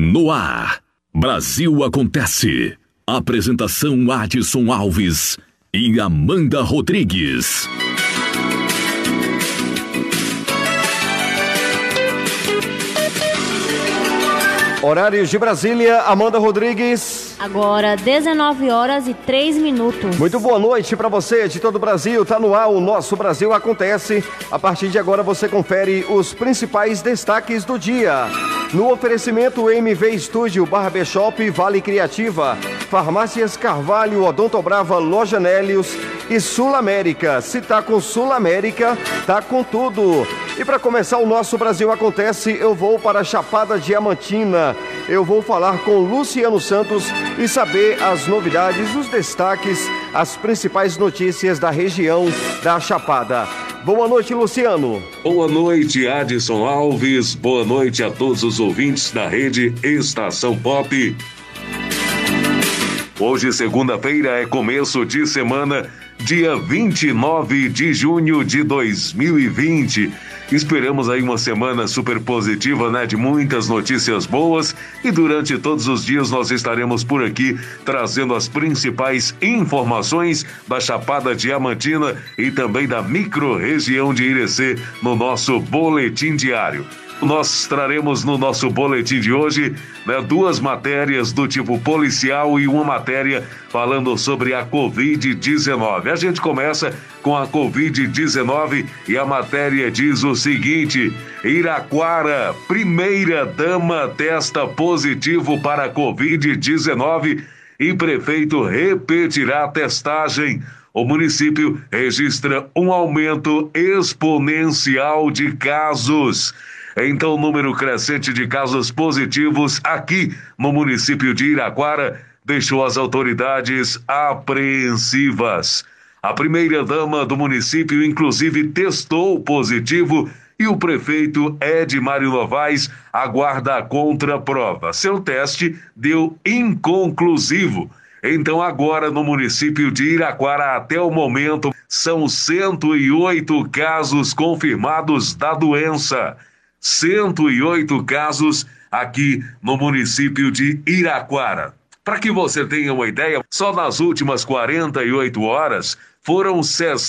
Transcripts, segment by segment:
No ar, Brasil Acontece. Apresentação Adson Alves e Amanda Rodrigues. Horários de Brasília, Amanda Rodrigues. Agora, 19h03. Muito boa noite para você de todo o Brasil. Tá no ar o Nosso Brasil Acontece. A partir de agora você confere os principais destaques do dia. No oferecimento MV Estúdio, Barbershop, Vale Criativa, Farmácias Carvalho, Odontobrava, Loja Nélios e Sul América. Se tá com Sul América, tá com tudo. E para começar o Nosso Brasil Acontece, eu vou para a Chapada Diamantina. Eu vou falar com Luciano Santos e saber as novidades, os destaques, as principais notícias da região da Chapada. Boa noite, Luciano. Boa noite, Adson Alves. Boa noite a todos os ouvintes da rede Estação Pop. Hoje, segunda-feira, é começo de semana, dia 29 de junho de 2020. Esperamos aí uma semana super positiva, né? De muitas notícias boas, e durante todos os dias nós estaremos por aqui trazendo as principais informações da Chapada Diamantina e também da micro-região de Irecê no nosso boletim diário. Nós traremos no nosso boletim de hoje, né, duas matérias do tipo policial e uma matéria falando sobre a Covid-19. A gente começa com a Covid-19 e a matéria diz o seguinte: Iraquara, primeira dama testa positivo para a Covid-19 e prefeito repetirá a testagem. O município registra um aumento exponencial de casos. Então, o número crescente de casos positivos aqui no município de Iraquara deixou as autoridades apreensivas. A primeira-dama do município, inclusive, testou positivo e o prefeito Edmário Novaes aguarda a contraprova. Seu teste deu inconclusivo. Então, agora no município de Iraquara, até o momento, são 108 casos confirmados da doença. 108 casos aqui no município de Iraquara. Para que você tenha uma ideia, só nas últimas 48 horas foram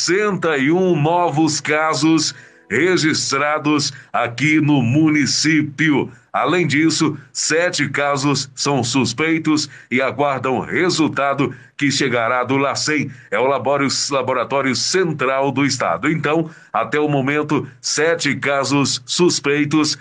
61 novos casos registrados aqui no município. Além disso, 7 casos são suspeitos e aguardam resultado que chegará do LACEN, é o Laboratório Central do Estado. Então, até o momento, 7 casos suspeitos,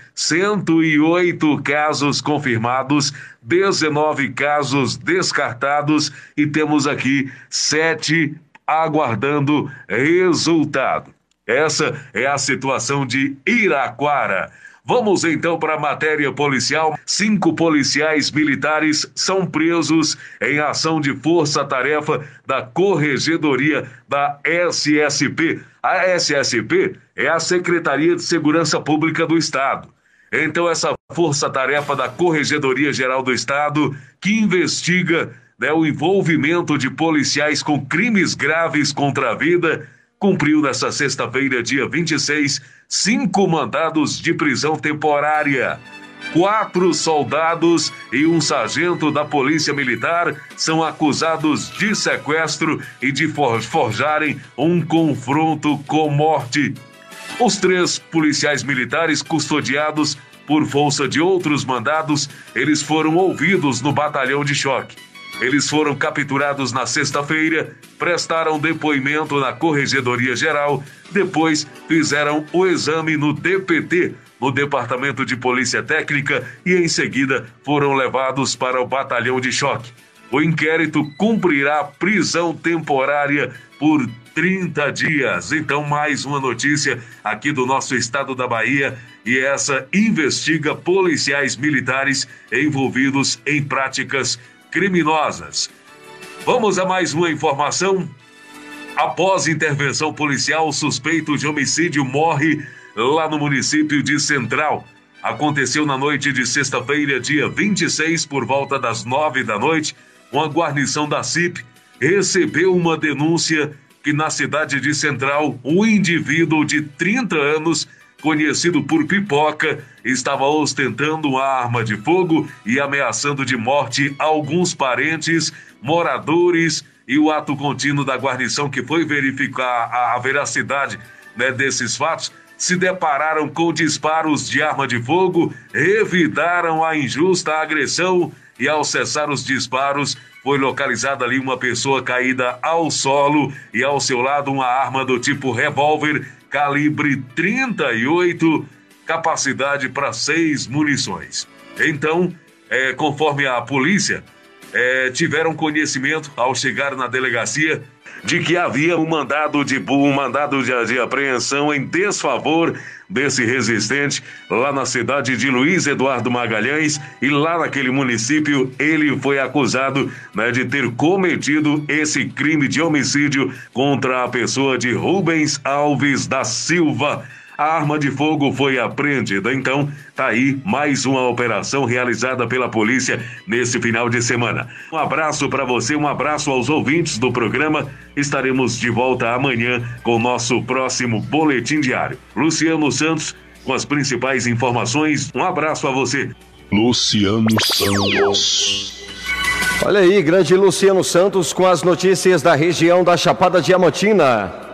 108 casos confirmados, 19 casos descartados e temos aqui 7 aguardando resultado. Essa é a situação de Iraquara. Vamos então para a matéria policial. 5 policiais militares são presos em ação de força-tarefa da Corregedoria da SSP. A SSP é a Secretaria de Segurança Pública do Estado. Então, essa força-tarefa da Corregedoria Geral do Estado, que investiga, né, o envolvimento de policiais com crimes graves contra a vida, cumpriu nesta sexta-feira, dia 26, 5 mandados de prisão temporária. 4 soldados e um sargento da Polícia Militar são acusados de sequestro e de forjarem um confronto com morte. Os 3 policiais militares custodiados por força de outros mandados, eles foram ouvidos no batalhão de choque. Eles foram capturados na sexta-feira, prestaram depoimento na Corregedoria Geral, depois fizeram o exame no DPT, no Departamento de Polícia Técnica, e em seguida foram levados para o batalhão de choque. O inquérito cumprirá prisão temporária por 30 dias. Então, mais uma notícia aqui do nosso estado da Bahia, e essa investiga policiais militares envolvidos em práticas criminosas. Vamos a mais uma informação. Após intervenção policial, o suspeito de homicídio morre lá no município de Central. Aconteceu na noite de sexta-feira, dia 26, por volta das 9 da noite. Uma guarnição da CIP recebeu uma denúncia que na cidade de Central, um indivíduo de 30 anos conhecido por Pipoca, estava ostentando uma arma de fogo e ameaçando de morte alguns parentes, moradores, e o ato contínuo da guarnição, que foi verificar a veracidade, né, desses fatos, se depararam com disparos de arma de fogo, revidaram a injusta agressão e, ao cessar os disparos, foi localizada ali uma pessoa caída ao solo e ao seu lado uma arma do tipo revólver calibre 38, capacidade para 6 munições. Então, conforme a polícia, tiveram conhecimento ao chegar na delegacia de que havia um mandado de apreensão em desfavor desse resistente lá na cidade de Luiz Eduardo Magalhães, e lá naquele município ele foi acusado, né, de ter cometido esse crime de homicídio contra a pessoa de Rubens Alves da Silva. A arma de fogo foi apreendida. Então, tá aí mais uma operação realizada pela polícia nesse final de semana. Um abraço para você, um abraço aos ouvintes do programa. Estaremos de volta amanhã com o nosso próximo Boletim Diário. Luciano Santos com as principais informações. Um abraço a você. Luciano Santos. Olha aí, grande Luciano Santos com as notícias da região da Chapada Diamantina.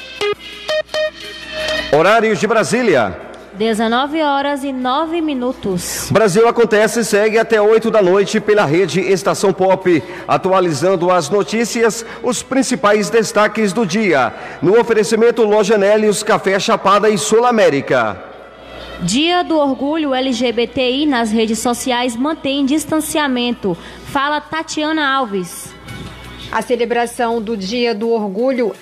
Horários de Brasília. 19h09. Brasil Acontece segue até 8 da noite pela rede Estação Pop, atualizando as notícias, os principais destaques do dia. No oferecimento Loja Nélios, Café Chapada e Sul América. Dia do Orgulho LGBTI nas redes sociais mantém distanciamento. Fala Tatiana Alves. A celebração do Dia do Orgulho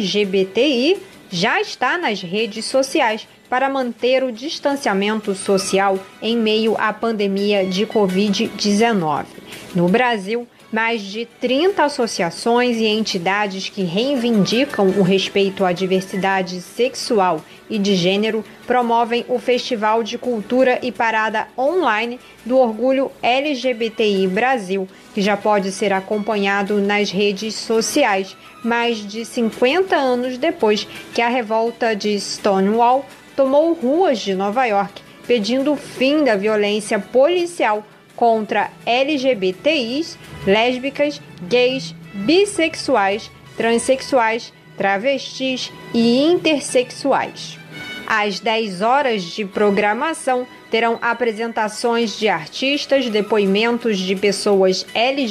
LGBTI já está nas redes sociais para manter o distanciamento social em meio à pandemia de Covid-19. No Brasil, mais de 30 associações e entidades que reivindicam o respeito à diversidade sexual e de gênero promovem o Festival de Cultura e Parada Online do Orgulho LGBTI Brasil, que já pode ser acompanhado nas redes sociais, mais de 50 anos depois que a revolta de Stonewall tomou ruas de Nova York, pedindo o fim da violência policial contra LGBTIs, lésbicas, gays, bissexuais, transexuais, travestis e intersexuais. Às 10 horas de programação, terão apresentações de artistas, depoimentos de pessoas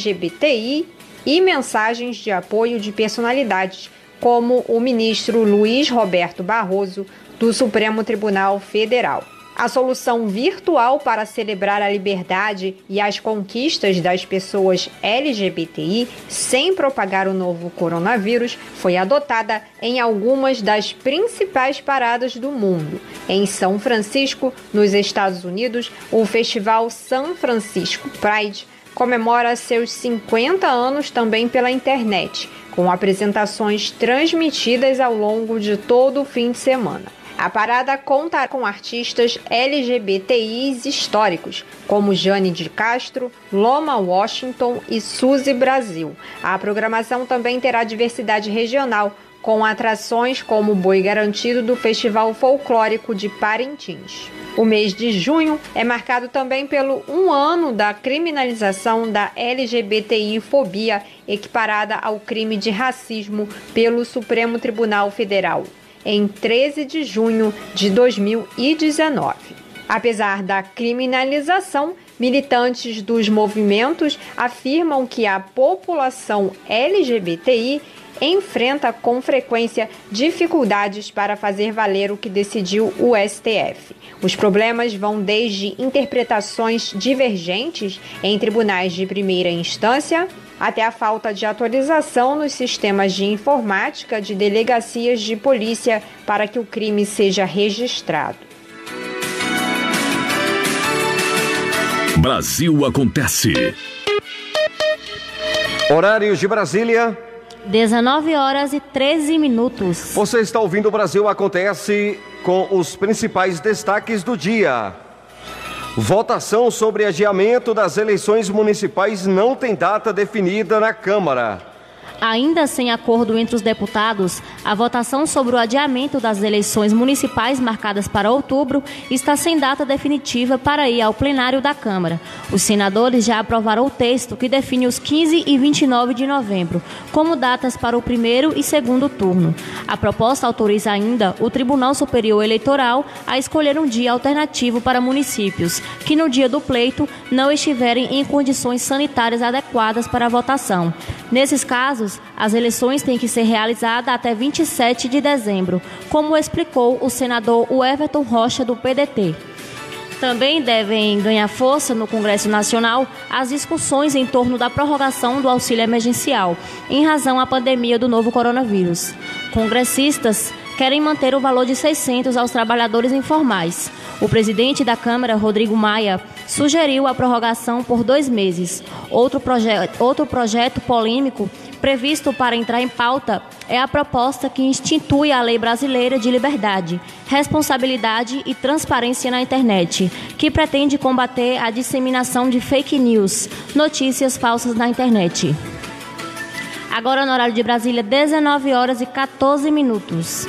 LGBTI e mensagens de apoio de personalidades, como o ministro Luiz Roberto Barroso, do Supremo Tribunal Federal. A solução virtual para celebrar a liberdade e as conquistas das pessoas LGBTI sem propagar o novo coronavírus foi adotada em algumas das principais paradas do mundo. Em São Francisco, nos Estados Unidos, o Festival San Francisco Pride comemora seus 50 anos também pela internet, com apresentações transmitidas ao longo de todo o fim de semana. A parada conta com artistas LGBTIs históricos, como Jane de Castro, Loma Washington e Suzy Brasil. A programação também terá diversidade regional, com atrações como o Boi Garantido do Festival Folclórico de Parintins. O mês de junho é marcado também pelo 1 ano da criminalização da LGBTI-fobia, equiparada ao crime de racismo pelo Supremo Tribunal Federal, em 13 de junho de 2019. Apesar da criminalização, militantes dos movimentos afirmam que a população LGBTI enfrenta com frequência dificuldades para fazer valer o que decidiu o STF. Os problemas vão desde interpretações divergentes em tribunais de primeira instância até a falta de atualização nos sistemas de informática de delegacias de polícia para que o crime seja registrado. Brasil Acontece. Horários de Brasília. 19h13. Você está ouvindo o Brasil Acontece com os principais destaques do dia. Votação sobre adiamento das eleições municipais não tem data definida na Câmara. Ainda sem acordo entre os deputados, a votação sobre o adiamento das eleições municipais marcadas para outubro está sem data definitiva para ir ao plenário da Câmara. Os senadores já aprovaram o texto que define os 15 e 29 de novembro como datas para o primeiro e segundo turno. A proposta autoriza ainda o Tribunal Superior Eleitoral a escolher um dia alternativo para municípios que no dia do pleito não estiverem em condições sanitárias adequadas para a votação. Nesses casos, as eleições têm que ser realizadas até 27 de dezembro, como explicou o senador Everton Rocha, do PDT. Também devem ganhar força no Congresso Nacional as discussões em torno da prorrogação do auxílio emergencial, em razão à pandemia do novo coronavírus. Congressistas querem manter o valor de 600 aos trabalhadores informais. O presidente da Câmara, Rodrigo Maia, sugeriu a prorrogação por 2 meses. Outro projeto polêmico previsto para entrar em pauta é a proposta que institui a Lei Brasileira de Liberdade, Responsabilidade e Transparência na Internet, que pretende combater a disseminação de fake news, notícias falsas na internet. Agora no horário de Brasília, 19h14.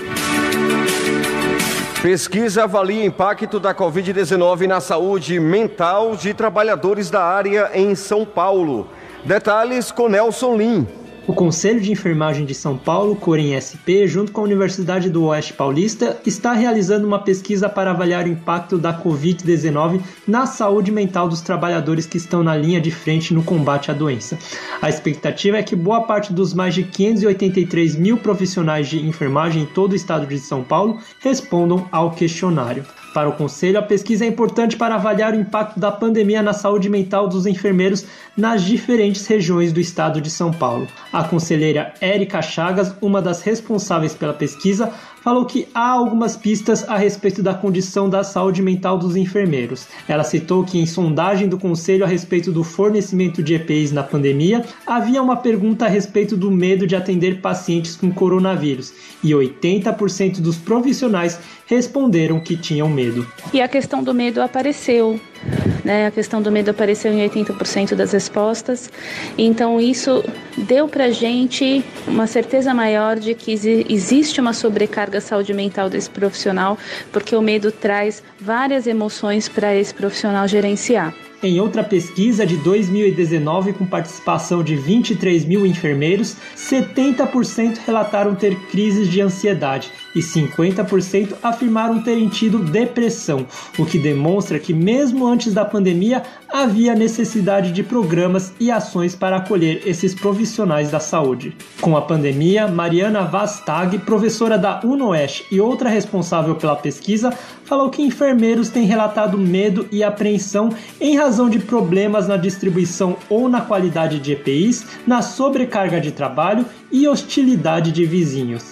Pesquisa avalia impacto da Covid-19 na saúde mental de trabalhadores da área em São Paulo. Detalhes com Nelson Lim. O Conselho de Enfermagem de São Paulo, COREN-SP, junto com a Universidade do Oeste Paulista, está realizando uma pesquisa para avaliar o impacto da Covid-19 na saúde mental dos trabalhadores que estão na linha de frente no combate à doença. A expectativa é que boa parte dos mais de 583 mil profissionais de enfermagem em todo o estado de São Paulo respondam ao questionário. Para o Conselho, a pesquisa é importante para avaliar o impacto da pandemia na saúde mental dos enfermeiros nas diferentes regiões do estado de São Paulo. A conselheira Érica Chagas, uma das responsáveis pela pesquisa, falou que há algumas pistas a respeito da condição da saúde mental dos enfermeiros. Ela citou que em sondagem do Conselho a respeito do fornecimento de EPIs na pandemia, havia uma pergunta a respeito do medo de atender pacientes com coronavírus, e 80% dos profissionais responderam que tinham medo. E a questão do medo apareceu. A questão do medo apareceu em 80% das respostas, então isso deu pra gente uma certeza maior de que existe uma sobrecarga à saúde mental desse profissional, porque o medo traz várias emoções para esse profissional gerenciar. Em outra pesquisa de 2019, com participação de 23 mil enfermeiros, 70% relataram ter crises de ansiedade e 50% afirmaram terem tido depressão, o que demonstra que mesmo antes da pandemia havia necessidade de programas e ações para acolher esses profissionais da saúde. Com a pandemia, Mariana Vastag, professora da UNOeste e outra responsável pela pesquisa, falou que enfermeiros têm relatado medo e apreensão em razão de problemas na distribuição ou na qualidade de EPIs, na sobrecarga de trabalho e hostilidade de vizinhos.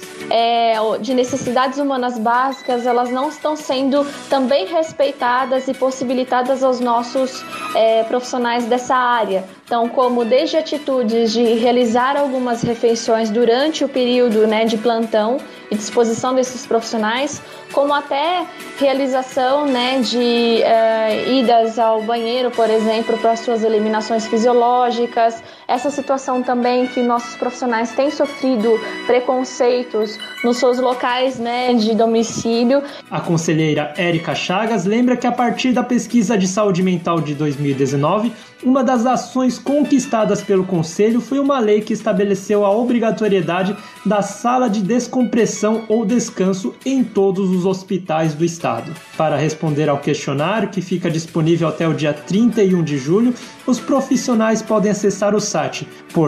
De necessidades humanas básicas, elas não estão sendo também respeitadas e possibilitadas aos nossos profissionais dessa área. Então, como desde atitudes de realizar algumas refeições durante o período de plantão e disposição desses profissionais, como até realização de idas ao banheiro, por exemplo, para suas eliminações fisiológicas. Essa situação também que nossos profissionais têm sofrido preconceitos nos seus locais de domicílio. A conselheira Érica Chagas lembra que a partir da pesquisa de saúde mental de 2019, uma das ações conquistadas pelo Conselho foi uma lei que estabeleceu a obrigatoriedade da sala de descompressão ou descanso em todos os hospitais do estado. Para responder ao questionário, que fica disponível até o dia 31 de julho, os profissionais podem acessar o site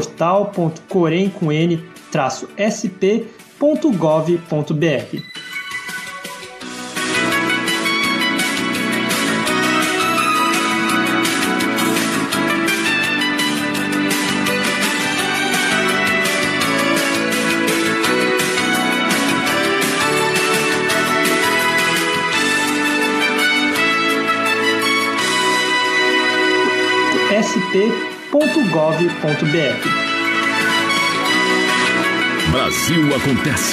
portal.corem-sp.gov.br. sp.gov.br. Brasil Acontece.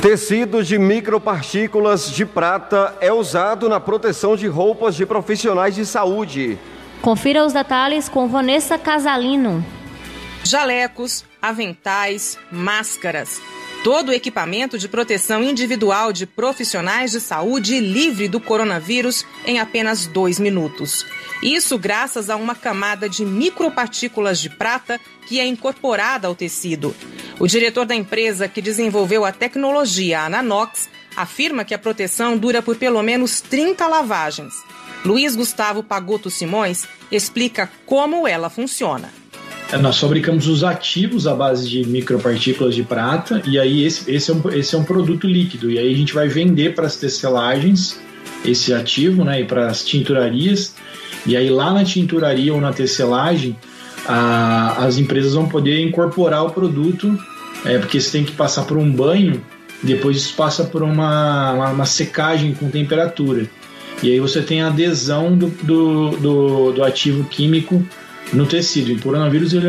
Tecido de micropartículas de prata é usado na proteção de roupas de profissionais de saúde. Confira os detalhes com Vanessa Casalino. Jalecos, aventais, máscaras. Todo o equipamento de proteção individual de profissionais de saúde livre do coronavírus em apenas 2 minutos. Isso graças a uma camada de micropartículas de prata que é incorporada ao tecido. O diretor da empresa que desenvolveu a tecnologia, a Nanox, afirma que a proteção dura por pelo menos 30 lavagens. Luiz Gustavo Pagotto Simões explica como ela funciona. Nós fabricamos os ativos à base de micropartículas de prata e aí esse é um produto líquido. E aí a gente vai vender para as tecelagens esse ativo, né, e para as tinturarias. E aí lá na tinturaria ou na tecelagem, as empresas vão poder incorporar o produto, porque você tem que passar por um banho, depois isso passa por uma secagem com temperatura. E aí você tem a adesão do ativo químico no tecido. E o coronavírus ele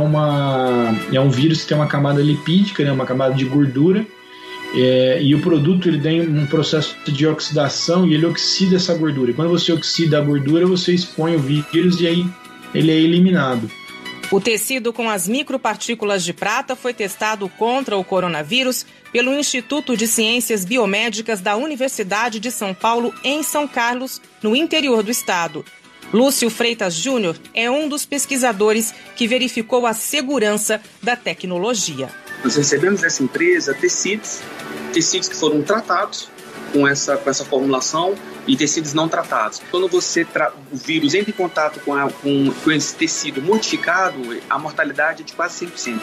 é um vírus que tem uma camada lipídica, né, uma camada de gordura, e o produto ele tem um processo de oxidação e ele oxida essa gordura. E quando você oxida a gordura, você expõe o vírus e aí ele é eliminado. O tecido com as micropartículas de prata foi testado contra o coronavírus pelo Instituto de Ciências Biomédicas da Universidade de São Paulo, em São Carlos, no interior do estado. Lúcio Freitas Júnior é um dos pesquisadores que verificou a segurança da tecnologia. Nós recebemos dessa empresa tecidos que foram tratados com essa formulação e tecidos não tratados. Quando o vírus entra em contato com esse tecido modificado, a mortalidade é de quase 100%,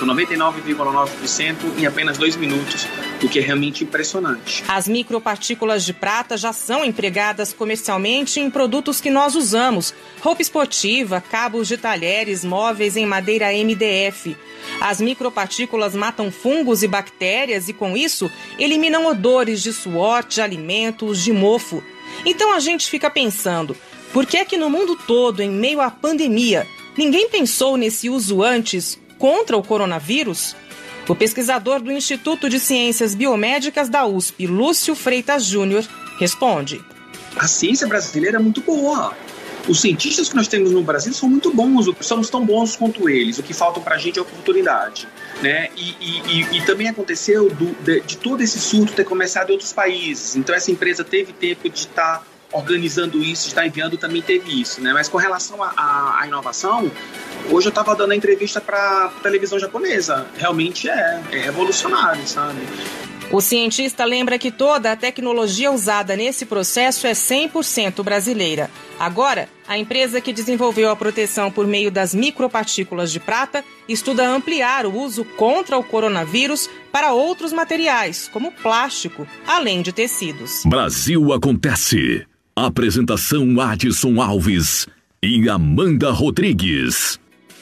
99,9% em apenas 2 minutos, o que é realmente impressionante. As micropartículas de prata já são empregadas comercialmente em produtos que nós usamos: roupa esportiva, cabos de talheres, móveis em madeira MDF. As micropartículas matam fungos e bactérias e, com isso, eliminam odores de suor, de alimentos, de mofo. Então a gente fica pensando, por que é que no mundo todo, em meio à pandemia, ninguém pensou nesse uso antes contra o coronavírus? O pesquisador do Instituto de Ciências Biomédicas da USP, Lúcio Freitas Júnior, responde. A ciência brasileira é muito boa. Os cientistas que nós temos no Brasil são muito bons, somos tão bons quanto eles. O que falta para a gente é oportunidade, né? E também aconteceu de todo esse surto ter começado em outros países. Então essa empresa teve tempo de estar organizando isso, de estar enviando, também teve isso, né? Mas com relação à inovação, hoje eu estava dando a entrevista para a televisão japonesa. Realmente é revolucionário, sabe? O cientista lembra que toda a tecnologia usada nesse processo é 100% brasileira. Agora, a empresa que desenvolveu a proteção por meio das micropartículas de prata estuda ampliar o uso contra o coronavírus para outros materiais, como plástico, além de tecidos. Brasil Acontece. Apresentação Adson Alves e Amanda Rodrigues.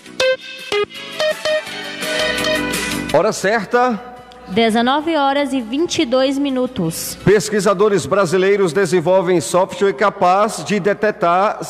Hora certa. 19h22. Pesquisadores brasileiros desenvolvem software capaz de detectar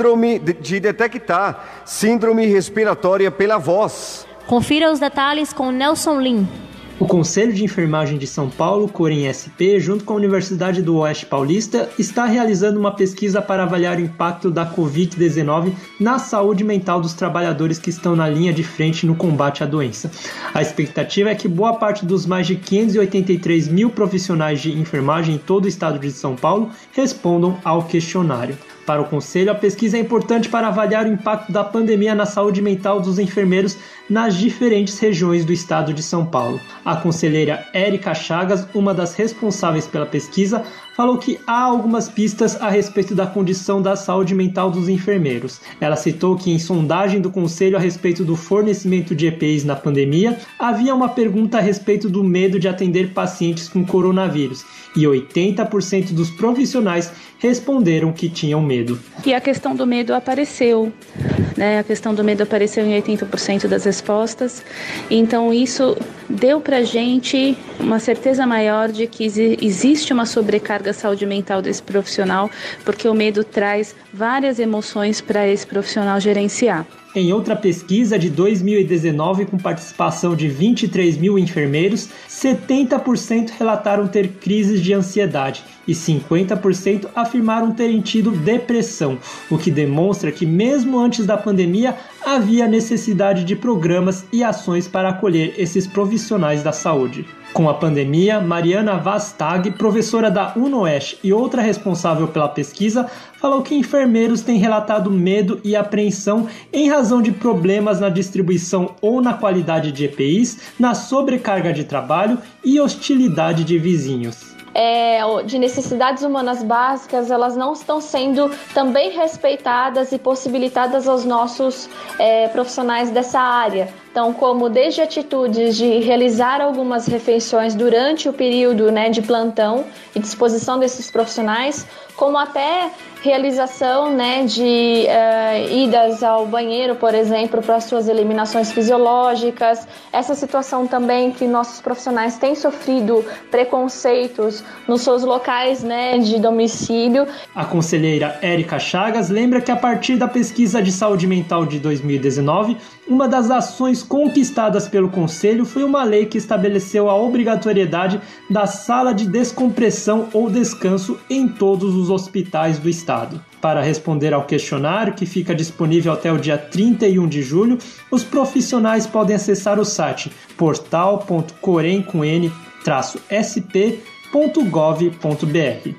síndrome respiratória pela voz. Confira os detalhes com Nelson Lim. O Conselho de Enfermagem de São Paulo, COREN-SP, junto com a Universidade do Oeste Paulista, está realizando uma pesquisa para avaliar o impacto da Covid-19 na saúde mental dos trabalhadores que estão na linha de frente no combate à doença. A expectativa é que boa parte dos mais de 583 mil profissionais de enfermagem em todo o estado de São Paulo respondam ao questionário. Para o Conselho, a pesquisa é importante para avaliar o impacto da pandemia na saúde mental dos enfermeiros nas diferentes regiões do estado de São Paulo. A conselheira Érica Chagas, uma das responsáveis pela pesquisa, falou que há algumas pistas a respeito da condição da saúde mental dos enfermeiros. Ela citou que em sondagem do Conselho a respeito do fornecimento de EPIs na pandemia, havia uma pergunta a respeito do medo de atender pacientes com coronavírus, e 80% dos profissionais responderam que tinham medo. E a questão do medo apareceu, né? A questão do medo apareceu em 80% das respostas. Então isso deu para a gente uma certeza maior de que existe uma sobrecarga à saúde mental desse profissional, porque o medo traz várias emoções para esse profissional gerenciar. Em outra pesquisa de 2019, com participação de 23 mil enfermeiros, 70% relataram ter crises de ansiedade e 50% afirmaram terem tido depressão, o que demonstra que mesmo antes da pandemia havia necessidade de programas e ações para acolher esses profissionais da saúde. Com a pandemia, Mariana Vastag, professora da UNOeste e outra responsável pela pesquisa, falou que enfermeiros têm relatado medo e apreensão em razão de problemas na distribuição ou na qualidade de EPIs, na sobrecarga de trabalho e hostilidade de vizinhos. De necessidades humanas básicas, elas não estão sendo também respeitadas e possibilitadas aos nossos profissionais dessa área. Então, como desde atitudes de realizar algumas refeições durante o período de plantão e disposição desses profissionais, como até realização de idas ao banheiro, por exemplo, para suas eliminações fisiológicas. Essa situação também que nossos profissionais têm sofrido preconceitos nos seus locais de domicílio. A conselheira Érica Chagas lembra que a partir da pesquisa de saúde mental de 2019, uma das ações conquistadas pelo Conselho foi uma lei que estabeleceu a obrigatoriedade da sala de descompressão ou descanso em todos os hospitais do estado. Para responder ao questionário, que fica disponível até o dia 31 de julho, os profissionais podem acessar o site portal.corem-sp.gov.br.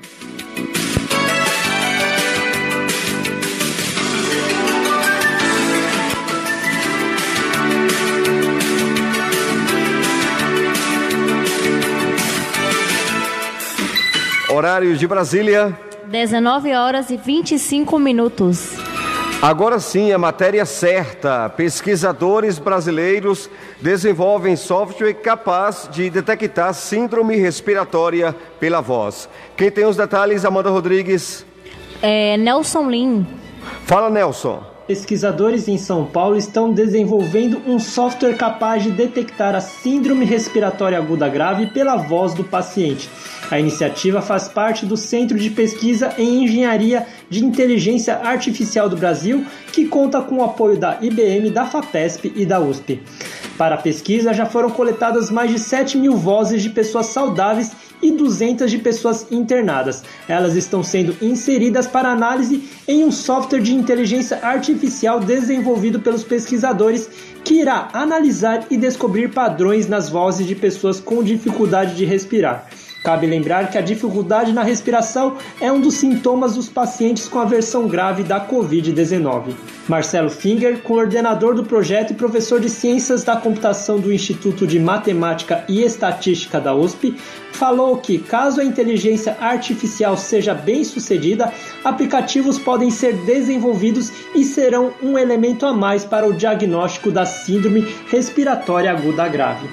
Horário de Brasília. 19 horas e 25 minutos. Agora sim, a matéria certa. Pesquisadores brasileiros desenvolvem software capaz de detectar síndrome respiratória pela voz. Quem tem os detalhes, Amanda Rodrigues? Nelson Lim. Fala, Nelson. Pesquisadores em São Paulo estão desenvolvendo um software capaz de detectar a síndrome respiratória aguda grave pela voz do paciente. A iniciativa faz parte do Centro de Pesquisa em Engenharia de Inteligência Artificial do Brasil, que conta com o apoio da IBM, da FAPESP e da USP. Para a pesquisa, já foram coletadas mais de 7 mil vozes de pessoas saudáveis e 200 de pessoas internadas. Elas estão sendo inseridas para análise em um software de inteligência artificial desenvolvido pelos pesquisadores, que irá analisar e descobrir padrões nas vozes de pessoas com dificuldade de respirar. Cabe lembrar que a dificuldade na respiração é um dos sintomas dos pacientes com a versão grave da Covid-19. Marcelo Finger, coordenador do projeto e professor de Ciências da Computação do Instituto de Matemática e Estatística da USP, falou que, caso a inteligência artificial seja bem sucedida, aplicativos podem ser desenvolvidos e serão um elemento a mais para o diagnóstico da síndrome respiratória aguda grave.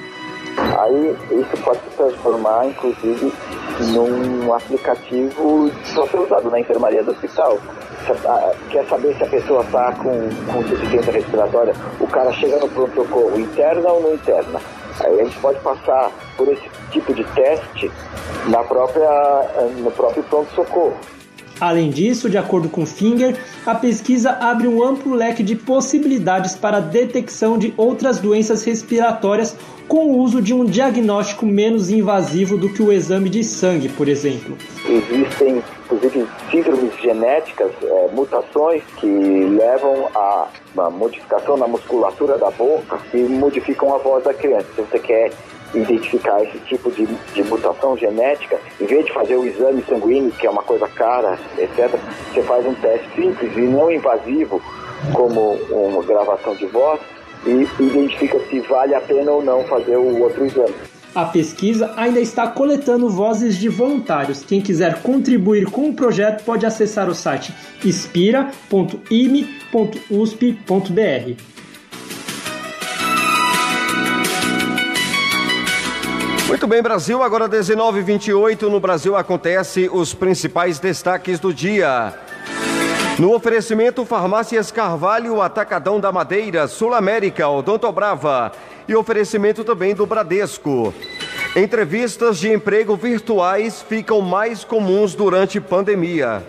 Aí isso pode se transformar, inclusive, num aplicativo só ser usado na enfermaria do hospital. Quer saber se a pessoa está com insuficiência respiratória? O cara chega no pronto-socorro, interna ou não interna? Aí a gente pode passar por esse tipo de teste no próprio pronto-socorro. Além disso, de acordo com Finger, a pesquisa abre um amplo leque de possibilidades para a detecção de outras doenças respiratórias com o uso de um diagnóstico menos invasivo do que o exame de sangue, por exemplo. Existem, inclusive, síndromes genéticas, mutações que levam a uma modificação na musculatura da boca e modificam a voz da criança. Se você quer identificar esse tipo de mutação genética, em vez de fazer o exame sanguíneo, que é uma coisa cara, etc., você faz um teste simples e não invasivo, como uma gravação de voz, e identifica se vale a pena ou não fazer o outro exame. A pesquisa ainda está coletando vozes de voluntários. Quem quiser contribuir com o projeto pode acessar o site inspira.ime.usp.br. Muito bem, Brasil, agora 19h28, no Brasil acontece os principais destaques do dia. No oferecimento, Farmácias Carvalho, Atacadão da Madeira, Sul América, Odontobrava e oferecimento também do Bradesco. Entrevistas de emprego virtuais ficam mais comuns durante pandemia.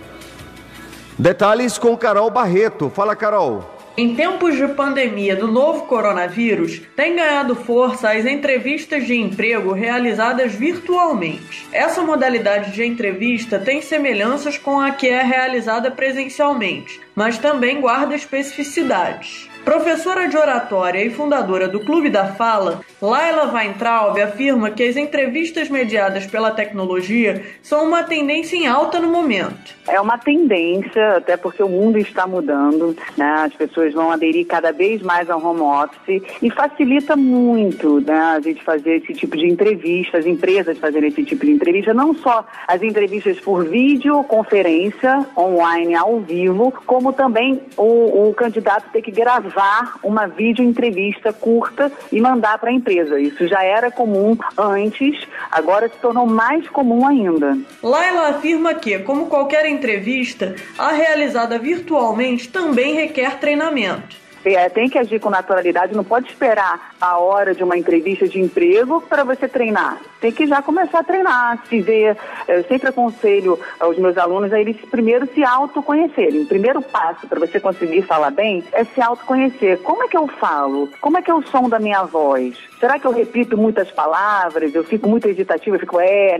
Detalhes com Carol Barreto. Fala, Carol. Em tempos de pandemia do novo coronavírus, tem ganhado força as entrevistas de emprego realizadas virtualmente. Essa modalidade de entrevista tem semelhanças com a que é realizada presencialmente, mas também guarda especificidades. Professora de oratória e fundadora do Clube da Fala, Laila Weintraub afirma que as entrevistas mediadas pela tecnologia são uma tendência em alta no momento. É uma tendência, até porque o mundo está mudando, né? As pessoas vão aderir cada vez mais ao home office e facilita muito, né, a gente fazer esse tipo de entrevista, as empresas fazerem esse tipo de entrevista, não só as entrevistas por videoconferência, online, ao vivo, como também o candidato ter que gravar uma videoentrevista curta e mandar para a empresa. Isso já era comum antes, agora se tornou mais comum ainda. Laila afirma que, como qualquer entrevista, a realizada virtualmente também requer treinamento. Tem que agir com naturalidade, não pode esperar a hora de uma entrevista de emprego para você treinar. Tem que já começar a treinar, se ver. Eu sempre aconselho aos meus alunos a eles primeiro se autoconhecerem. O primeiro passo para você conseguir falar bem é se autoconhecer. Como é que eu falo? Como é que é o som da minha voz? Será que eu repito muitas palavras? Eu fico muito hesitativa, eu fico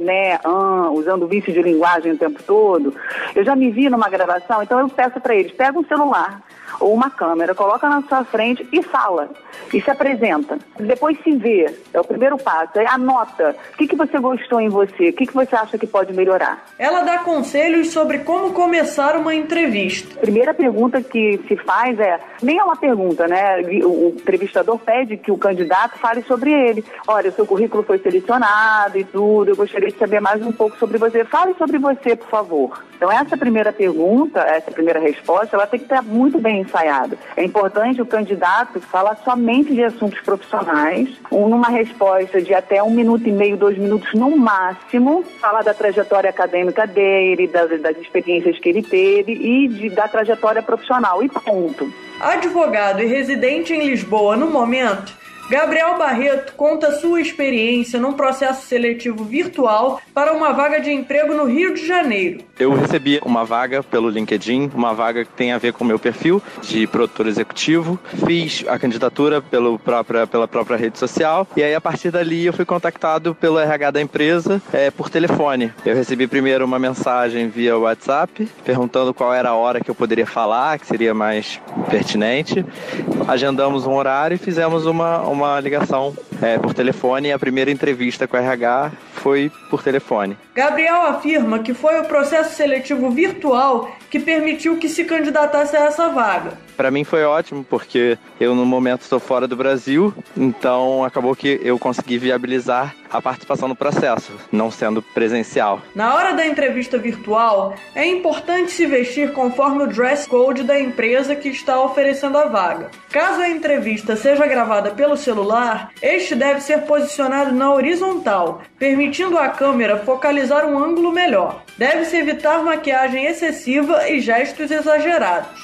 usando vício de linguagem o tempo todo? Eu já me vi numa gravação, então eu peço para eles, pega um celular ou uma câmera, coloca na sua frente e fala. E se apresenta. Depois se vê. É o primeiro passo. Aí anota. O que você gostou em você? O que você acha que pode melhorar? Ela dá conselhos sobre como começar uma entrevista. A primeira pergunta que se faz nem é uma pergunta, né? O entrevistador pede que o candidato fale sobre ele. Olha, o seu currículo foi selecionado e tudo, eu gostaria de saber mais um pouco sobre você. Fale sobre você, por favor. Então, essa primeira pergunta, essa primeira resposta, ela tem que estar muito bem ensaiada. É importante o candidato falar somente de assuntos profissionais, numa resposta de até 1 minuto e meio, 2 minutos no máximo, falar da trajetória acadêmica dele, das experiências que ele teve e da trajetória profissional. E ponto. Advogado e residente em Lisboa no momento, Gabriel Barreto conta sua experiência num processo seletivo virtual para uma vaga de emprego no Rio de Janeiro. Eu recebi uma vaga pelo LinkedIn, uma vaga que tem a ver com o meu perfil de produtor executivo. Fiz a candidatura pela própria rede social e aí a partir dali eu fui contactado pelo RH da empresa por telefone. Eu recebi primeiro uma mensagem via WhatsApp perguntando qual era a hora que eu poderia falar, que seria mais pertinente. Agendamos um horário e fizemos uma ligação por telefone e a primeira entrevista com o RH foi por telefone. Gabriel afirma que foi o processo seletivo virtual que permitiu que se candidatasse a essa vaga. Para mim foi ótimo, porque eu no momento estou fora do Brasil, então acabou que eu consegui viabilizar a participação no processo, não sendo presencial. Na hora da entrevista virtual, é importante se vestir conforme o dress code da empresa que está oferecendo a vaga. Caso a entrevista seja gravada pelo celular, este deve ser posicionado na horizontal, permitindo à câmera focalizar um ângulo melhor. Deve-se evitar maquiagem excessiva e gestos exagerados.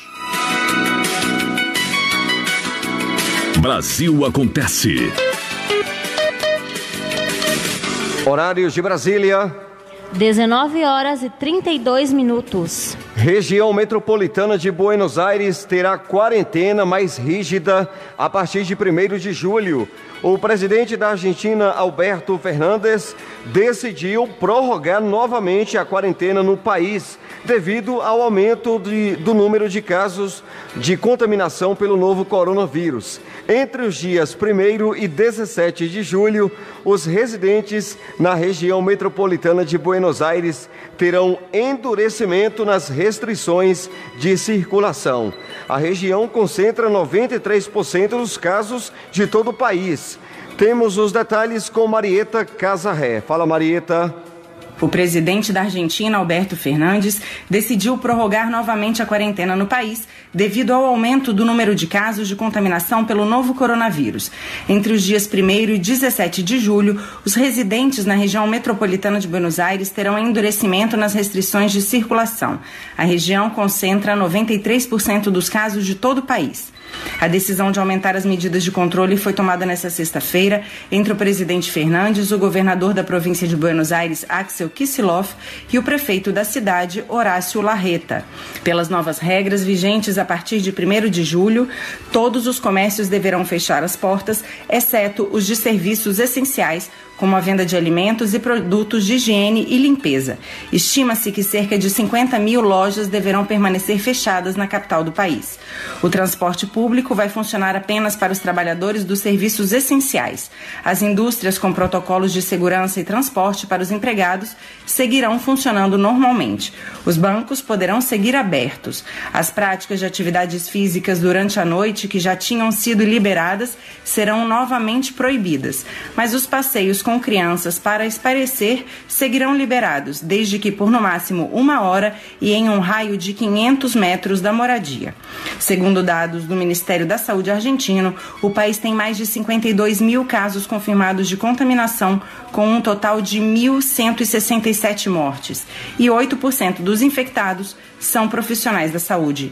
Brasil Acontece. Horários de Brasília. 19h32. Região metropolitana de Buenos Aires terá quarentena mais rígida a partir de 1º de julho. O presidente da Argentina, Alberto Fernandes, decidiu prorrogar novamente a quarentena no país, devido ao aumento do número de casos de contaminação pelo novo coronavírus. Entre os dias 1º e 17 de julho, os residentes na região metropolitana de Buenos Aires terão endurecimento nas restrições de circulação. A região concentra 93% dos casos de todo o país. Temos os detalhes com Marieta Casarré. Fala, Marieta. O presidente da Argentina, Alberto Fernandes, decidiu prorrogar novamente a quarentena no país devido ao aumento do número de casos de contaminação pelo novo coronavírus. Entre os dias 1º e 17 de julho, os residentes na região metropolitana de Buenos Aires terão endurecimento nas restrições de circulação. A região concentra 93% dos casos de todo o país. A decisão de aumentar as medidas de controle foi tomada nesta sexta-feira entre o presidente Fernandes, o governador da província de Buenos Aires, Axel Kicillof, e o prefeito da cidade, Horácio Larreta. Pelas novas regras vigentes a partir de 1º de julho, todos os comércios deverão fechar as portas, exceto os de serviços essenciais, como a venda de alimentos e produtos de higiene e limpeza. Estima-se que cerca de 50 mil lojas deverão permanecer fechadas na capital do país. O transporte público vai funcionar apenas para os trabalhadores dos serviços essenciais. As indústrias com protocolos de segurança e transporte para os empregados seguirão funcionando normalmente. Os bancos poderão seguir abertos. As práticas de atividades físicas durante a noite, que já tinham sido liberadas, serão novamente proibidas, mas os passeios com crianças para espairecer seguirão liberados, desde que por no máximo 1 hora e em um raio de 500 metros da moradia. Segundo dados do Ministério da Saúde argentino, o país tem mais de 52 mil casos confirmados de contaminação, com um total de 1.167 mortes, e 8% dos infectados são profissionais da saúde.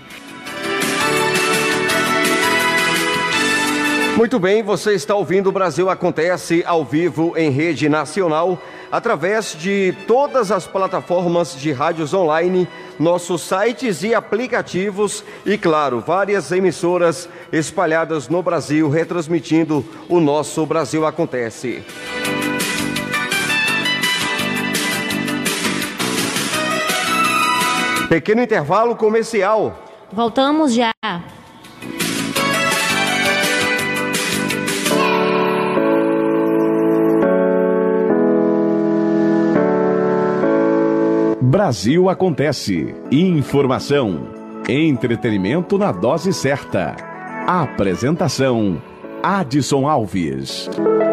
Muito bem, você está ouvindo o Brasil Acontece ao vivo em rede nacional, através de todas as plataformas de rádios online, nossos sites e aplicativos e, claro, várias emissoras espalhadas no Brasil, retransmitindo o nosso Brasil Acontece. Pequeno intervalo comercial. Voltamos já. Brasil Acontece. Informação, entretenimento na dose certa. Apresentação: Adson Alves.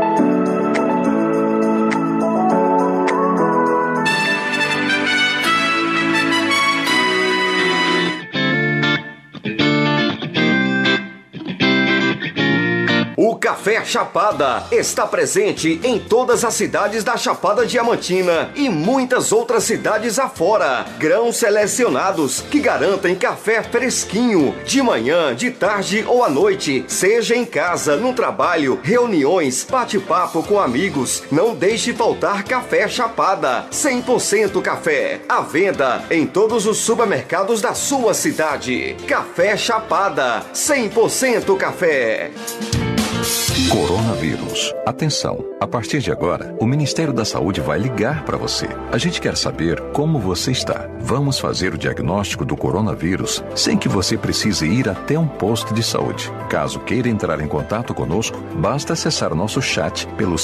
O Café Chapada está presente em todas as cidades da Chapada Diamantina e muitas outras cidades afora. Grãos selecionados que garantem café fresquinho, de manhã, de tarde ou à noite, seja em casa, no trabalho, reuniões, bate-papo com amigos. Não deixe faltar Café Chapada, 100% café. À venda em todos os supermercados da sua cidade. Café Chapada, 100% café. Coronavírus. Atenção, a partir de agora, o Ministério da Saúde vai ligar para você. A gente quer saber como você está. Vamos fazer o diagnóstico do coronavírus sem que você precise ir até um posto de saúde. Caso queira entrar em contato conosco, basta acessar nosso chat pelo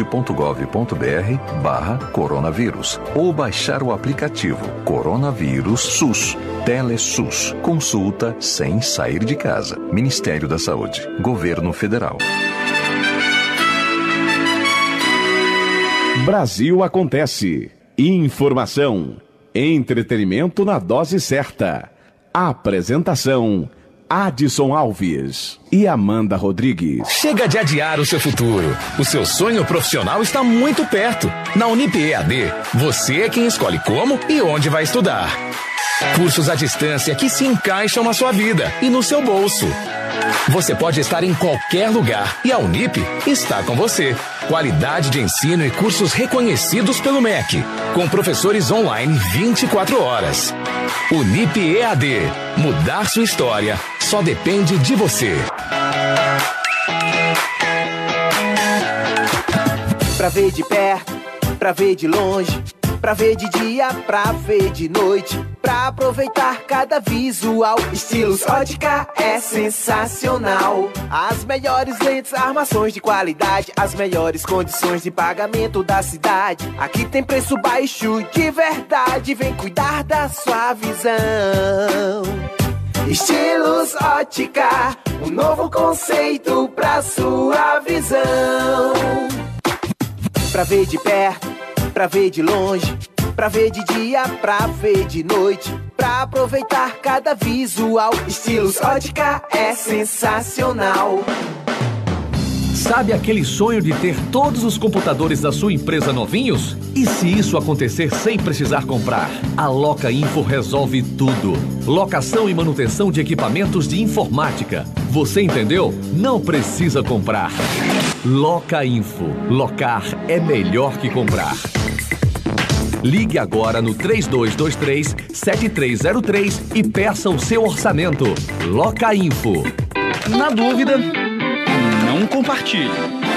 saude.gov.br/coronavírus ou baixar o aplicativo Coronavírus SUS. TeleSUS. Consulta sem sair de casa. Ministério da Saúde. Governo Federal. Brasil Acontece. Informação, entretenimento na dose certa. Apresentação: Adson Alves e Amanda Rodrigues. Chega de adiar o seu futuro. O seu sonho profissional está muito perto. Na Unip EAD, você é quem escolhe como e onde vai estudar. Cursos à distância que se encaixam na sua vida e no seu bolso. Você pode estar em qualquer lugar e a Unip está com você. Qualidade de ensino e cursos reconhecidos pelo MEC, com professores online 24 horas. Unip EAD. Mudar sua história só depende de você. Pra ver de perto, pra ver de longe, pra ver de dia, pra ver de noite, pra aproveitar cada visual. Estilos Ótica é sensacional. As melhores lentes, armações de qualidade, as melhores condições de pagamento da cidade. Aqui tem preço baixo de verdade, vem cuidar da sua visão. Estilos Ótica, um novo conceito pra sua visão. Pra ver de perto, pra ver de longe, pra ver de dia, pra ver de noite, pra aproveitar cada visual. Estilos Ótica é sensacional. Sabe aquele sonho de ter todos os computadores da sua empresa novinhos? E se isso acontecer sem precisar comprar? A Loca Info resolve tudo. Locação e manutenção de equipamentos de informática, Você entendeu? Não precisa comprar. Loca Info. Locar é melhor que comprar. Ligue agora no 3223-7303 e peça o seu orçamento. Loca Info. Na dúvida, não compartilhe.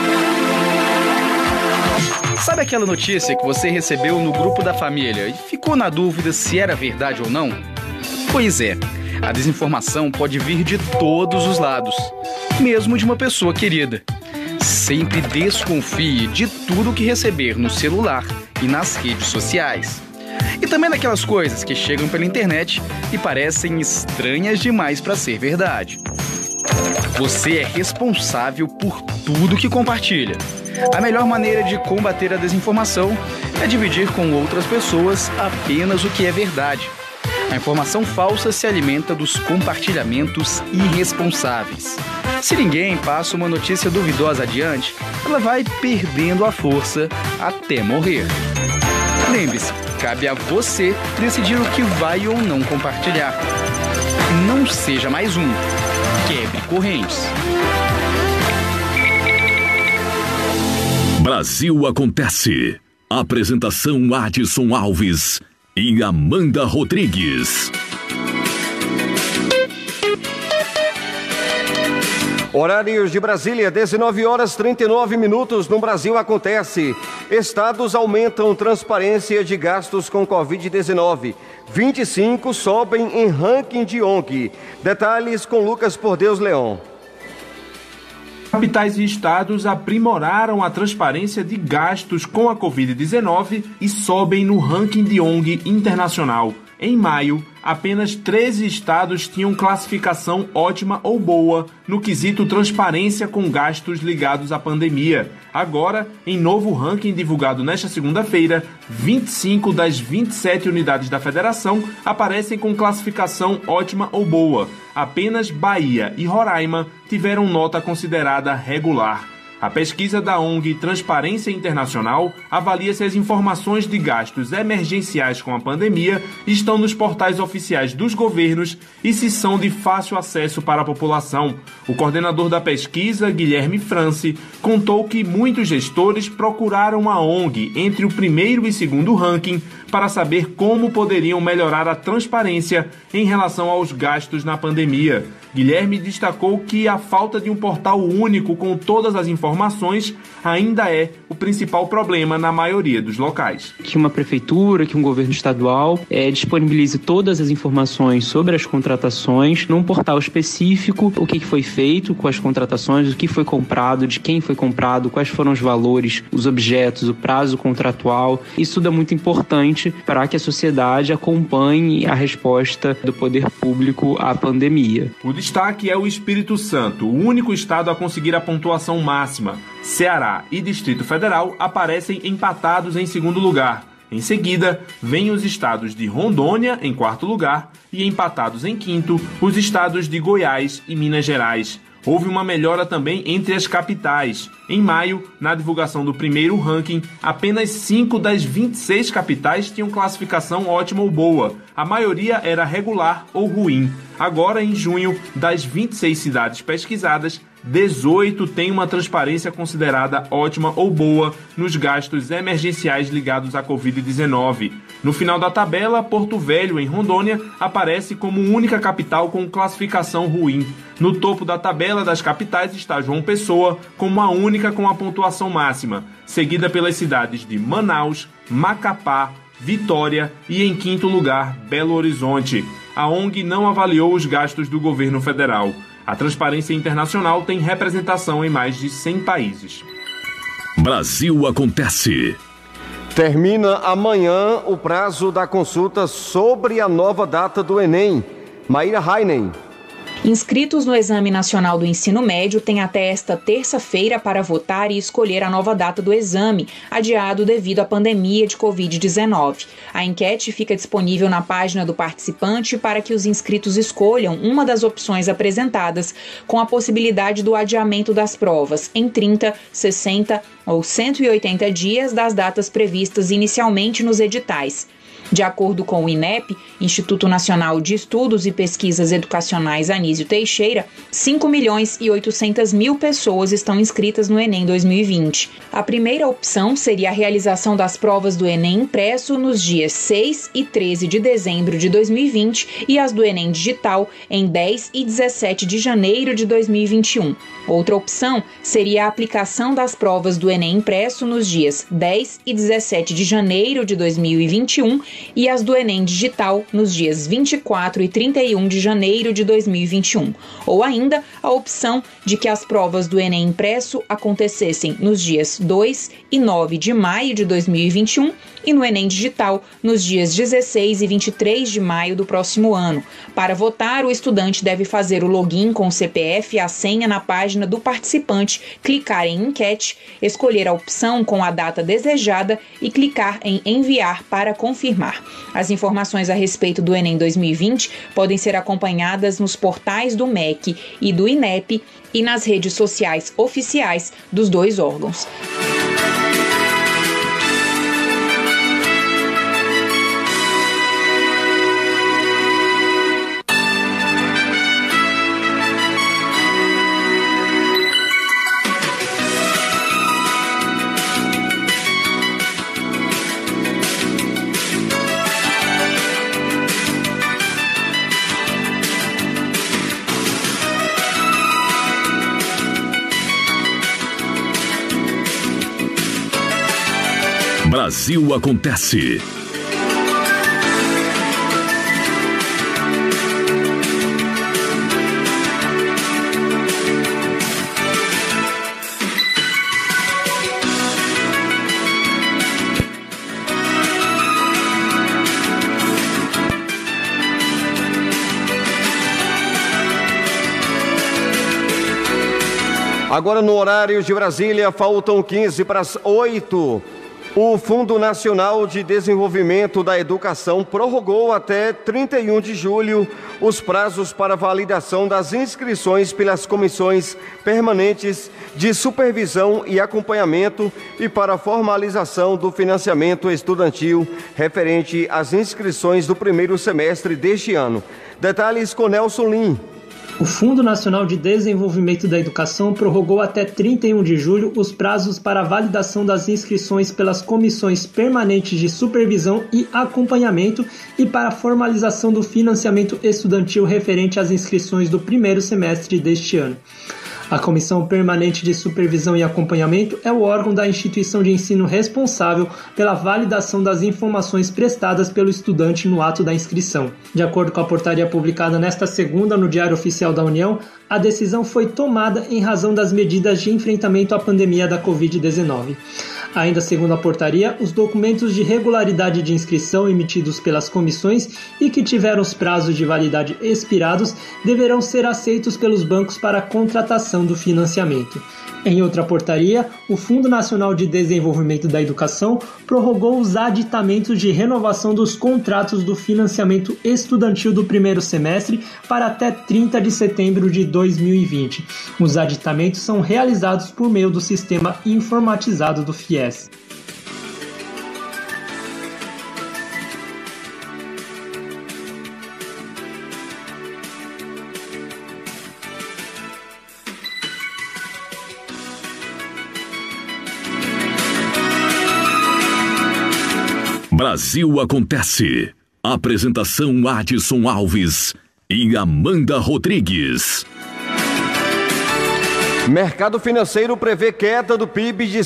Sabe aquela notícia que você recebeu no grupo da família e ficou na dúvida se era verdade ou não? Pois é, a desinformação pode vir de todos os lados, mesmo de uma pessoa querida. Sempre desconfie de tudo que receber no celular e nas redes sociais. E também daquelas coisas que chegam pela internet e parecem estranhas demais para ser verdade. Você é responsável por tudo que compartilha. A melhor maneira de combater a desinformação é dividir com outras pessoas apenas o que é verdade. A informação falsa se alimenta dos compartilhamentos irresponsáveis. Se ninguém passa uma notícia duvidosa adiante, ela vai perdendo a força até morrer. Lembre-se, cabe a você decidir o que vai ou não compartilhar. Não seja mais um. Quebre correntes. Brasil Acontece. Apresentação Adson Alves e Amanda Rodrigues. Horários de Brasília, 19h39 no Brasil Acontece. Estados aumentam transparência de gastos com Covid-19. 25 sobem em ranking de ONG. Detalhes com Lucas Por Deus Leão. Capitais e estados aprimoraram a transparência de gastos com a Covid-19 e sobem no ranking de ONG internacional. Em maio, apenas 13 estados tinham classificação ótima ou boa no quesito transparência com gastos ligados à pandemia. Agora, em novo ranking divulgado nesta segunda-feira, 25 das 27 unidades da federação aparecem com classificação ótima ou boa. Apenas Bahia e Roraima tiveram nota considerada regular. A pesquisa da ONG Transparência Internacional avalia se as informações de gastos emergenciais com a pandemia estão nos portais oficiais dos governos e se são de fácil acesso para a população. O coordenador da pesquisa, Guilherme France, contou que muitos gestores procuraram a ONG entre o primeiro e segundo ranking para saber como poderiam melhorar a transparência em relação aos gastos na pandemia. Guilherme destacou que a falta de um portal único com todas as informações ainda é o principal problema na maioria dos locais. Que uma prefeitura, que um governo estadual disponibilize todas as informações sobre as contratações num portal específico, o que foi feito com as contratações, o que foi comprado, de quem foi comprado, quais foram os valores, os objetos, o prazo contratual. Isso tudo é muito importante para que a sociedade acompanhe a resposta do poder público à pandemia. O destaque é o Espírito Santo, o único estado a conseguir a pontuação máxima. Ceará e Distrito Federal aparecem empatados em segundo lugar. Em seguida, vêm os estados de Rondônia, em quarto lugar, e empatados em quinto, os estados de Goiás e Minas Gerais. Houve uma melhora também entre as capitais. Em maio, na divulgação do primeiro ranking, apenas 5 das 26 capitais tinham classificação ótima ou boa. A maioria era regular ou ruim. Agora, em junho, das 26 cidades pesquisadas, 18 têm uma transparência considerada ótima ou boa nos gastos emergenciais ligados à Covid-19. No final da tabela, Porto Velho, em Rondônia, aparece como única capital com classificação ruim. No topo da tabela das capitais está João Pessoa, como a única com a pontuação máxima, seguida pelas cidades de Manaus, Macapá, Vitória e, em quinto lugar, Belo Horizonte. A ONG não avaliou os gastos do governo federal. A Transparência Internacional tem representação em mais de 100 países. Brasil Acontece. Termina amanhã o prazo da consulta sobre a nova data do Enem. Maíra Heinen. Inscritos no Exame Nacional do Ensino Médio têm até esta terça-feira para votar e escolher a nova data do exame, adiado devido à pandemia de Covid-19. A enquete fica disponível na página do participante para que os inscritos escolham uma das opções apresentadas, com a possibilidade do adiamento das provas em 30, 60 ou 180 dias das datas previstas inicialmente nos editais. De acordo com o INEP, Instituto Nacional de Estudos e Pesquisas Educacionais Anísio Teixeira, 5.800.000 pessoas estão inscritas no Enem 2020. A primeira opção seria a realização das provas do Enem impresso nos dias 6 e 13 de dezembro de 2020 e as do Enem digital em 10 e 17 de janeiro de 2021. Outra opção seria a aplicação das provas do Enem impresso nos dias 10 e 17 de janeiro de 2021 e as do Enem digital nos dias 24 e 31 de janeiro de 2021. Ou ainda a opção de que as provas do Enem impresso acontecessem nos dias 2 e 9 de maio de 2021 e no Enem digital nos dias 16 e 23 de maio do próximo ano. Para votar, o estudante deve fazer o login com o CPF e a senha na página do participante, clicar em enquete, escolher a opção com a data desejada e clicar em enviar para confirmar. As informações a respeito do Enem 2020 podem ser acompanhadas nos portais do MEC e do INEP e nas redes sociais oficiais dos dois órgãos. Brasil Acontece. Agora no horário de Brasília, faltam 15 para as 8. O Fundo Nacional de Desenvolvimento da Educação prorrogou até 31 de julho os prazos para validação das inscrições pelas comissões permanentes de supervisão e acompanhamento e para formalização do financiamento estudantil referente às inscrições do primeiro semestre deste ano. Detalhes com Nelson Lim. O Fundo Nacional de Desenvolvimento da Educação prorrogou até 31 de julho os prazos para a validação das inscrições pelas comissões permanentes de supervisão e acompanhamento e para a formalização do financiamento estudantil referente às inscrições do primeiro semestre deste ano. A Comissão Permanente de Supervisão e Acompanhamento é o órgão da instituição de ensino responsável pela validação das informações prestadas pelo estudante no ato da inscrição. De acordo com a portaria publicada nesta segunda no Diário Oficial da União, a decisão foi tomada em razão das medidas de enfrentamento à pandemia da Covid-19. Ainda segundo a portaria, os documentos de regularidade de inscrição emitidos pelas comissões e que tiveram os prazos de validade expirados deverão ser aceitos pelos bancos para a contratação do financiamento. Em outra portaria, o Fundo Nacional de Desenvolvimento da Educação prorrogou os aditamentos de renovação dos contratos do financiamento estudantil do primeiro semestre para até 30 de setembro de 2020. Os aditamentos são realizados por meio do sistema informatizado do FIES. Brasil Acontece. Apresentação Adson Alves e Amanda Rodrigues. Mercado financeiro prevê queda do PIB de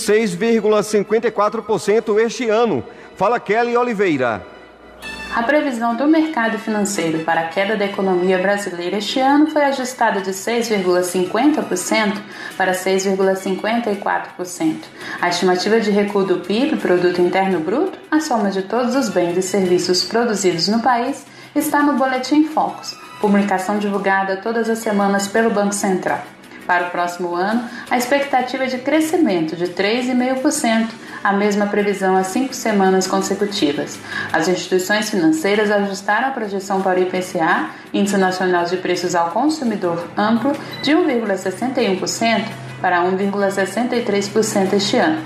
6,54% este ano. Fala Kelly Oliveira. A previsão do mercado financeiro para a queda da economia brasileira este ano foi ajustada de 6,50% para 6,54%. A estimativa de recuo do PIB, Produto Interno Bruto, a soma de todos os bens e serviços produzidos no país, está no Boletim Focus, publicação divulgada todas as semanas pelo Banco Central. Para o próximo ano, a expectativa é de crescimento de 3,5%, a mesma previsão há 5 semanas consecutivas. As instituições financeiras ajustaram a projeção para o IPCA, Índice Nacional de Preços ao Consumidor Amplo, de 1,61% para 1,63% este ano.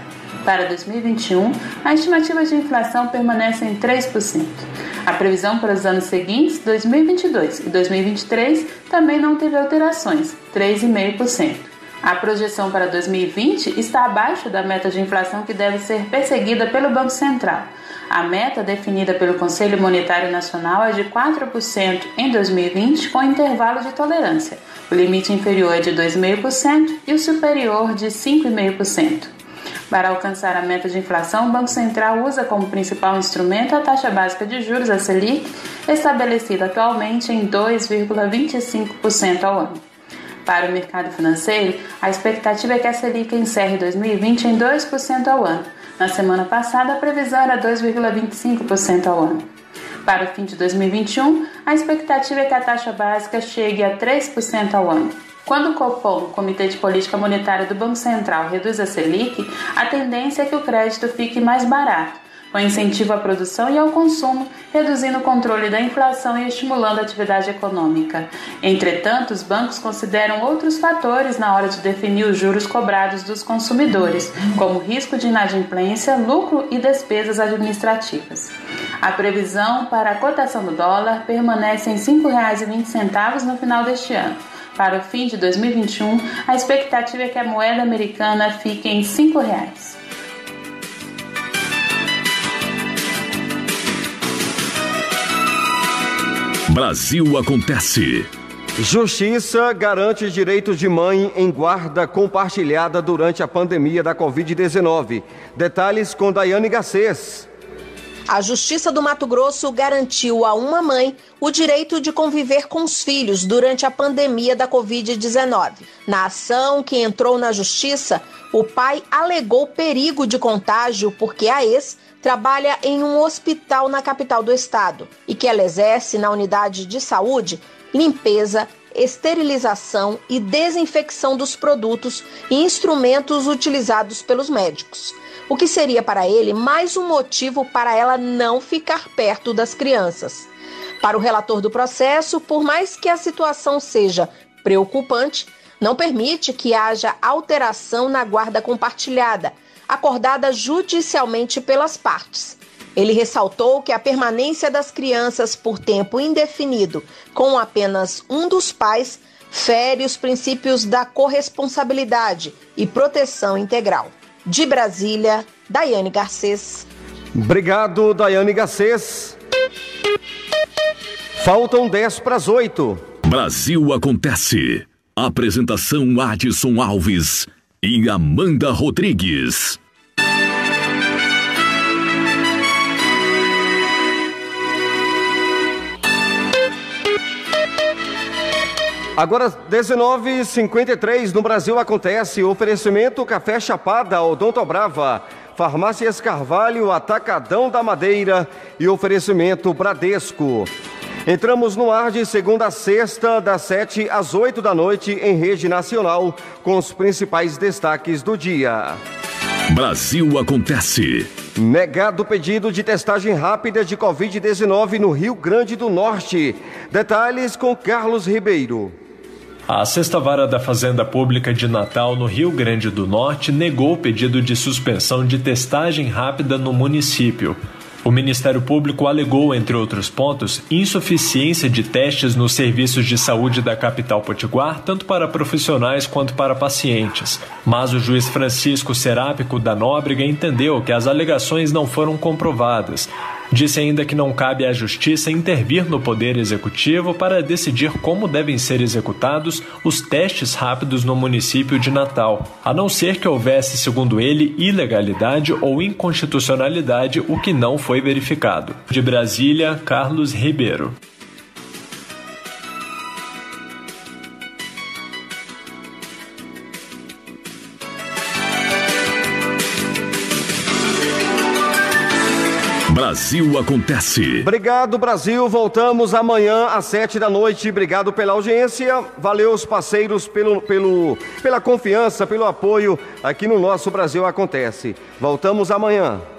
Para 2021, a estimativa de inflação permanece em 3%. A previsão para os anos seguintes, 2022 e 2023, também não teve alterações, 3,5%. A projeção para 2020 está abaixo da meta de inflação que deve ser perseguida pelo Banco Central. A meta definida pelo Conselho Monetário Nacional é de 4% em 2020, com intervalo de tolerância. O limite inferior é de 2,5% e o superior de 5,5%. Para alcançar a meta de inflação, o Banco Central usa como principal instrumento a taxa básica de juros, a Selic, estabelecida atualmente em 2,25% ao ano. Para o mercado financeiro, a expectativa é que a Selic encerre 2020 em 2% ao ano. Na semana passada, a previsão era 2,25% ao ano. Para o fim de 2021, a expectativa é que a taxa básica chegue a 3% ao ano. Quando o Copom, o Comitê de Política Monetária do Banco Central, reduz a Selic, a tendência é que o crédito fique mais barato, com incentivo à produção e ao consumo, reduzindo o controle da inflação e estimulando a atividade econômica. Entretanto, os bancos consideram outros fatores na hora de definir os juros cobrados dos consumidores, como risco de inadimplência, lucro e despesas administrativas. A previsão para a cotação do dólar permanece em R$ 5,20 no final deste ano. Para o fim de 2021, a expectativa é que a moeda americana fique em R$ 5,00. Brasil Acontece. Justiça garante direitos de mãe em guarda compartilhada durante a pandemia da Covid-19. Detalhes com Daiane Garcês. A Justiça do Mato Grosso garantiu a uma mãe o direito de conviver com os filhos durante a pandemia da Covid-19. Na ação que entrou na Justiça, o pai alegou perigo de contágio porque a ex trabalha em um hospital na capital do estado e que ela exerce na unidade de saúde limpeza, esterilização e desinfecção dos produtos e instrumentos utilizados pelos médicos. O que seria para ele mais um motivo para ela não ficar perto das crianças. Para o relator do processo, por mais que a situação seja preocupante, não permite que haja alteração na guarda compartilhada, acordada judicialmente pelas partes. Ele ressaltou que a permanência das crianças por tempo indefinido com apenas um dos pais fere os princípios da corresponsabilidade e proteção integral. De Brasília, Daiane Garcês. Obrigado, Daiane Garcês. Faltam 10 para as 8. Brasil Acontece. Apresentação Adson Alves e Amanda Rodrigues. Agora, 19h53, no Brasil Acontece. Oferecimento Café Chapada, Odonto Brava, Farmácias Carvalho, Atacadão da Madeira e oferecimento Bradesco. Entramos no ar de segunda a sexta, das 7 às 8 da noite, em rede nacional, com os principais destaques do dia. Brasil Acontece. Negado pedido de testagem rápida de Covid-19 no Rio Grande do Norte. Detalhes com Carlos Ribeiro. A Sexta Vara da Fazenda Pública de Natal, no Rio Grande do Norte, negou o pedido de suspensão de testagem rápida no município. O Ministério Público alegou, entre outros pontos, insuficiência de testes nos serviços de saúde da capital potiguar, tanto para profissionais quanto para pacientes. Mas o juiz Francisco Serápico da Nóbrega entendeu que as alegações não foram comprovadas. Disse ainda que não cabe à Justiça intervir no Poder Executivo para decidir como devem ser executados os testes rápidos no município de Natal, a não ser que houvesse, segundo ele, ilegalidade ou inconstitucionalidade, o que não foi verificado. De Brasília, Carlos Ribeiro. Brasil Acontece. Obrigado, Brasil. Voltamos amanhã às 7 da noite. Obrigado pela audiência. Valeu os parceiros pela confiança, pelo apoio aqui no nosso Brasil Acontece. Voltamos amanhã.